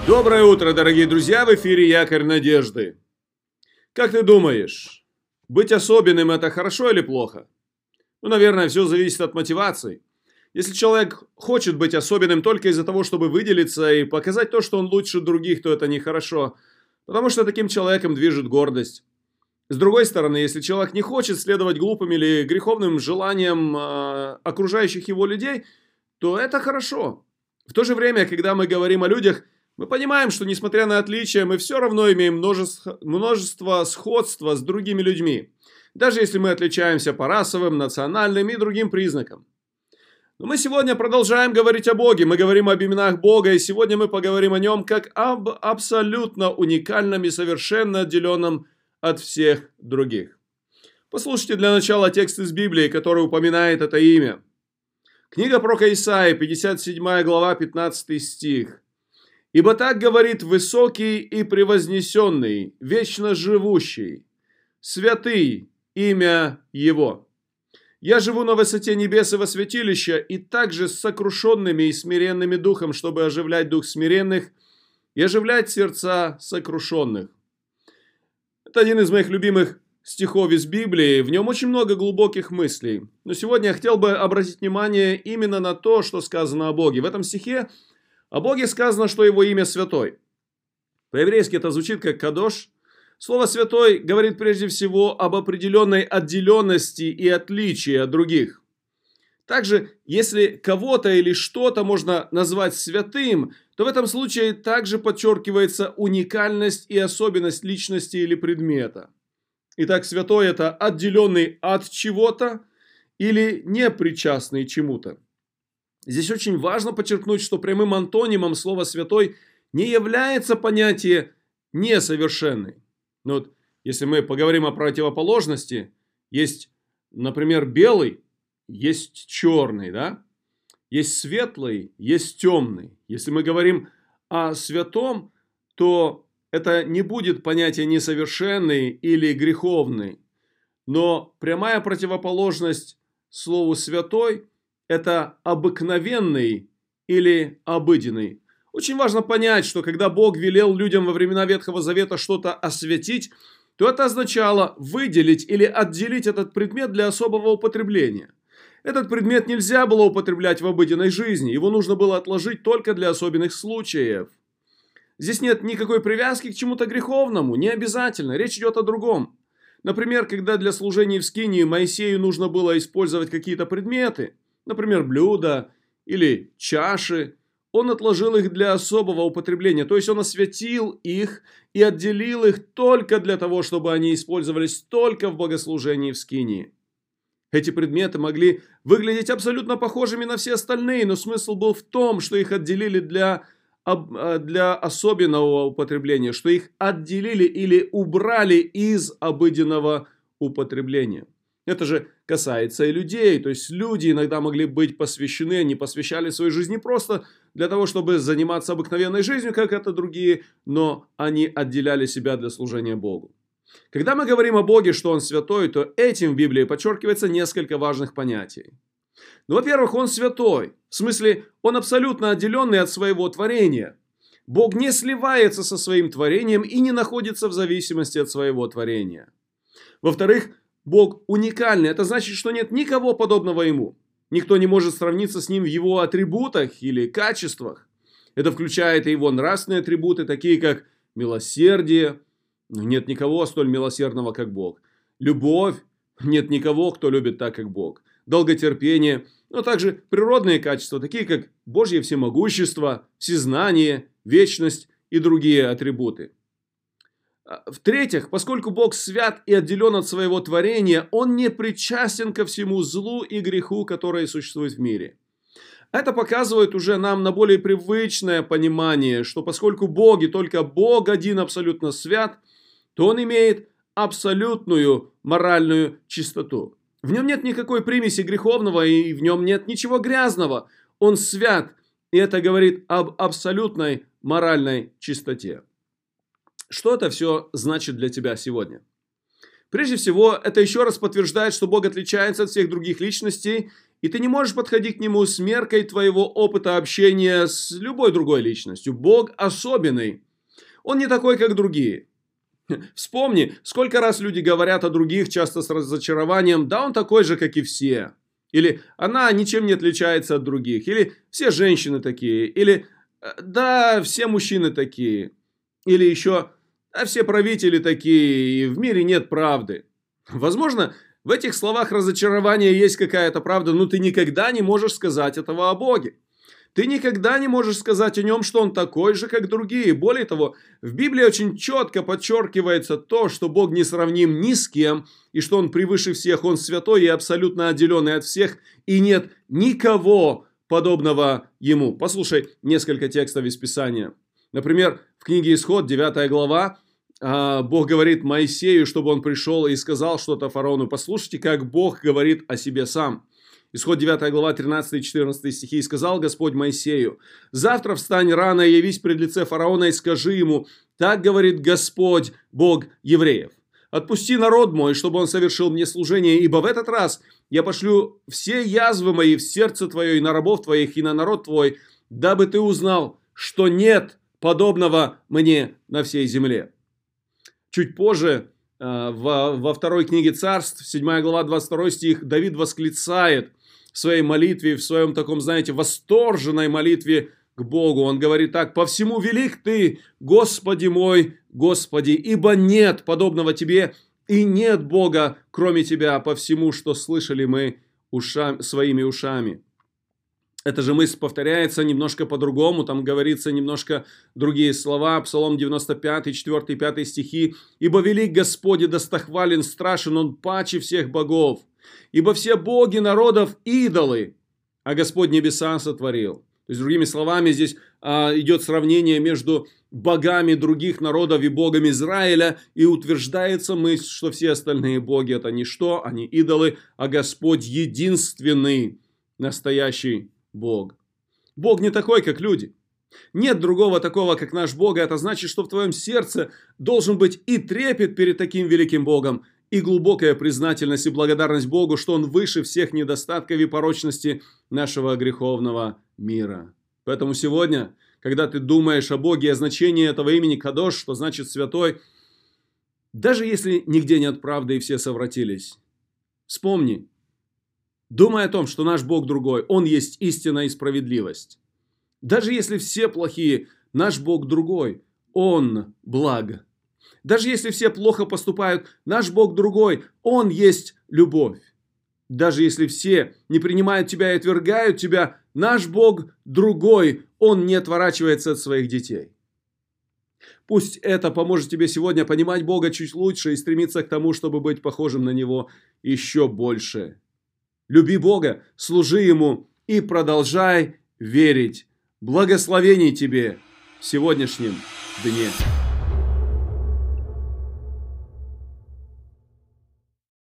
Доброе утро, дорогие друзья, в эфире Якорь Надежды. Как ты думаешь, быть особенным – это хорошо или плохо? Наверное, все зависит от мотивации. Если человек хочет быть особенным только из-за того, чтобы выделиться и показать то, что он лучше других, то это нехорошо, потому что таким человеком движет гордость. С другой стороны, если человек не хочет следовать глупым или греховным желаниям окружающих его людей, то это хорошо. В то же время, когда мы говорим о людях, мы понимаем, что несмотря на отличия, мы все равно имеем множество сходства с другими людьми, даже если мы отличаемся по расовым, национальным и другим признакам. Но мы сегодня продолжаем говорить о Боге, мы говорим об именах Бога, и сегодня мы поговорим о Нем как об абсолютно уникальном и совершенно отделенном от всех других. Послушайте для начала текст из Библии, который упоминает это имя. Книга пророка Исаии, 57 глава, 15 стих. «Ибо так говорит высокий и превознесенный, вечно живущий, святый имя Его. Я живу на высоте небес и во святилище, и также с сокрушенными и смиренными духом, чтобы оживлять дух смиренных и оживлять сердца сокрушенных». Это один из моих любимых стихов из Библии, в нем очень много глубоких мыслей. Но сегодня я хотел бы обратить внимание именно на то, что сказано о Боге. В этом стихе о Боге сказано, что Его имя Святой. По-еврейски это звучит как «кадош». Слово «святой» говорит прежде всего об определенной отделенности и отличии от других. Также, если кого-то или что-то можно назвать святым, то в этом случае также подчеркивается уникальность и особенность личности или предмета. Итак, святой – это отделенный от чего-то или непричастный чему-то. Здесь очень важно подчеркнуть, что прямым антонимом слова «святой» не является понятие «несовершенный». Вот, если мы поговорим о противоположности, есть, например, белый, есть черный, да? Есть светлый, есть темный. Если мы говорим о святом, то это не будет понятие несовершенный или греховный. Но прямая противоположность слову «святой» – это обыкновенный или обыденный. Очень важно понять, что когда Бог велел людям во времена Ветхого Завета что-то освятить, то это означало выделить или отделить этот предмет для особого употребления. Этот предмет нельзя было употреблять в обыденной жизни, его нужно было отложить только для особенных случаев. Здесь нет никакой привязки к чему-то греховному, не обязательно, речь идет о другом. Например, когда для служения в скинии Моисею нужно было использовать какие-то предметы, например, блюда или чаши, он отложил их для особого употребления, то есть он освятил их и отделил их только для того, чтобы они использовались только в богослужении в скинии. Эти предметы могли выглядеть абсолютно похожими на все остальные, но смысл был в том, что их отделили для особенного употребления, что их отделили или убрали из обыденного употребления. Это же касается и людей, то есть люди иногда могли быть посвящены, они посвящали свою жизнь не просто для того, чтобы заниматься обыкновенной жизнью, как это другие, но они отделяли себя для служения Богу. Когда мы говорим о Боге, что Он святой, то этим в Библии подчеркивается несколько важных понятий. Ну, во-первых, Он святой, в смысле, Он абсолютно отделенный от своего творения. Бог не сливается со своим творением и не находится в зависимости от своего творения. Во-вторых, Бог уникальный, это значит, что нет никого подобного Ему. Никто не может сравниться с Ним в Его атрибутах или качествах. Это включает и Его нравственные атрибуты, такие как милосердие. Нет никого столь милосердного, как Бог. Любовь. Нет никого, кто любит так, как Бог. Долготерпение. Но также природные качества, такие как Божье всемогущество, всезнание, вечность и другие атрибуты. В-третьих, поскольку Бог свят и отделен от своего творения, Он не причастен ко всему злу и греху, которые существуют в мире. Это показывает уже нам на более привычное понимание, что поскольку Бог и только Бог один абсолютно свят, то Он имеет абсолютную моральную чистоту. В Нем нет никакой примеси греховного и в Нем нет ничего грязного. Он свят, и это говорит об абсолютной моральной чистоте. Что это все значит для тебя сегодня? Прежде всего, это еще раз подтверждает, что Бог отличается от всех других личностей И ты не можешь подходить к нему с меркой твоего опыта общения с любой другой личностью. Бог особенный. Он не такой, как другие. Вспомни, сколько раз люди говорят о других, часто с разочарованием: да он такой же, как и все. Или она ничем не отличается от других. Или все женщины такие. Или да, все мужчины такие. Или еще да, все правители такие, и в мире нет правды. Возможно, в этих словах разочарования есть какая-то правда, но ты никогда не можешь сказать этого о Боге. Ты никогда не можешь сказать о нем, что он такой же, как другие. Более того, в Библии очень четко подчеркивается то, что Бог не сравним ни с кем, и что он превыше всех, он святой и абсолютно отделенный от всех, и нет никого подобного ему. Послушай несколько текстов из Писания. Например, в книге Исход, 9 глава, Бог говорит Моисею, чтобы он пришел и сказал что-то фараону. Послушайте, как Бог говорит о себе сам. Исход 9 глава, 13 и 14 стихи. «И сказал Господь Моисею: завтра встань рано и явись пред лице фараона и скажи ему: так говорит Господь, Бог евреев. Отпусти народ мой, чтобы он совершил мне служение, ибо в этот раз я пошлю все язвы мои в сердце твое и на рабов твоих, и на народ твой, дабы ты узнал, что нет подобного мне на всей земле». Чуть позже, во второй книге Царств, 7 глава, 22 стих, Давид восклицает в своей молитве, в своем таком, знаете, восторженной молитве к Богу. Он говорит так: «По всему велик ты, Господи мой, Господи, ибо нет подобного тебе, и нет Бога, кроме тебя, по всему, что слышали мы своими ушами». Эта же мысль повторяется немножко по-другому, там говорится немножко другие слова. Псалом 95, 4 и 5 стихи. «Ибо велик Господи, достохвален, страшен он паче всех богов. Ибо все боги народов идолы, а Господь небеса сотворил». То есть, другими словами, здесь идет сравнение между богами других народов и Богом Израиля, и утверждается мысль, что все остальные боги это ничто, они идолы, а Господь единственный, настоящий Бог. Бог не такой, как люди. Нет другого такого, как наш Бог. Это значит, что в твоем сердце должен быть и трепет перед таким великим Богом, и глубокая признательность и благодарность Богу, что Он выше всех недостатков и порочности нашего греховного мира. Поэтому сегодня, когда ты думаешь о Боге и о значении этого имени Кадош, что значит святой, даже если нигде нет правды и все совратились, вспомни, думай о том, что наш Бог другой, Он есть истина и справедливость. Даже если все плохие, наш Бог другой, Он благ. Даже если все плохо поступают, наш Бог другой, Он есть любовь. Даже если все не принимают тебя и отвергают тебя, наш Бог другой, Он не отворачивается от своих детей. Пусть это поможет тебе сегодня понимать Бога чуть лучше и стремиться к тому, чтобы быть похожим на Него еще больше. Люби Бога, служи Ему и продолжай верить. Благословений тебе в сегодняшнем дне.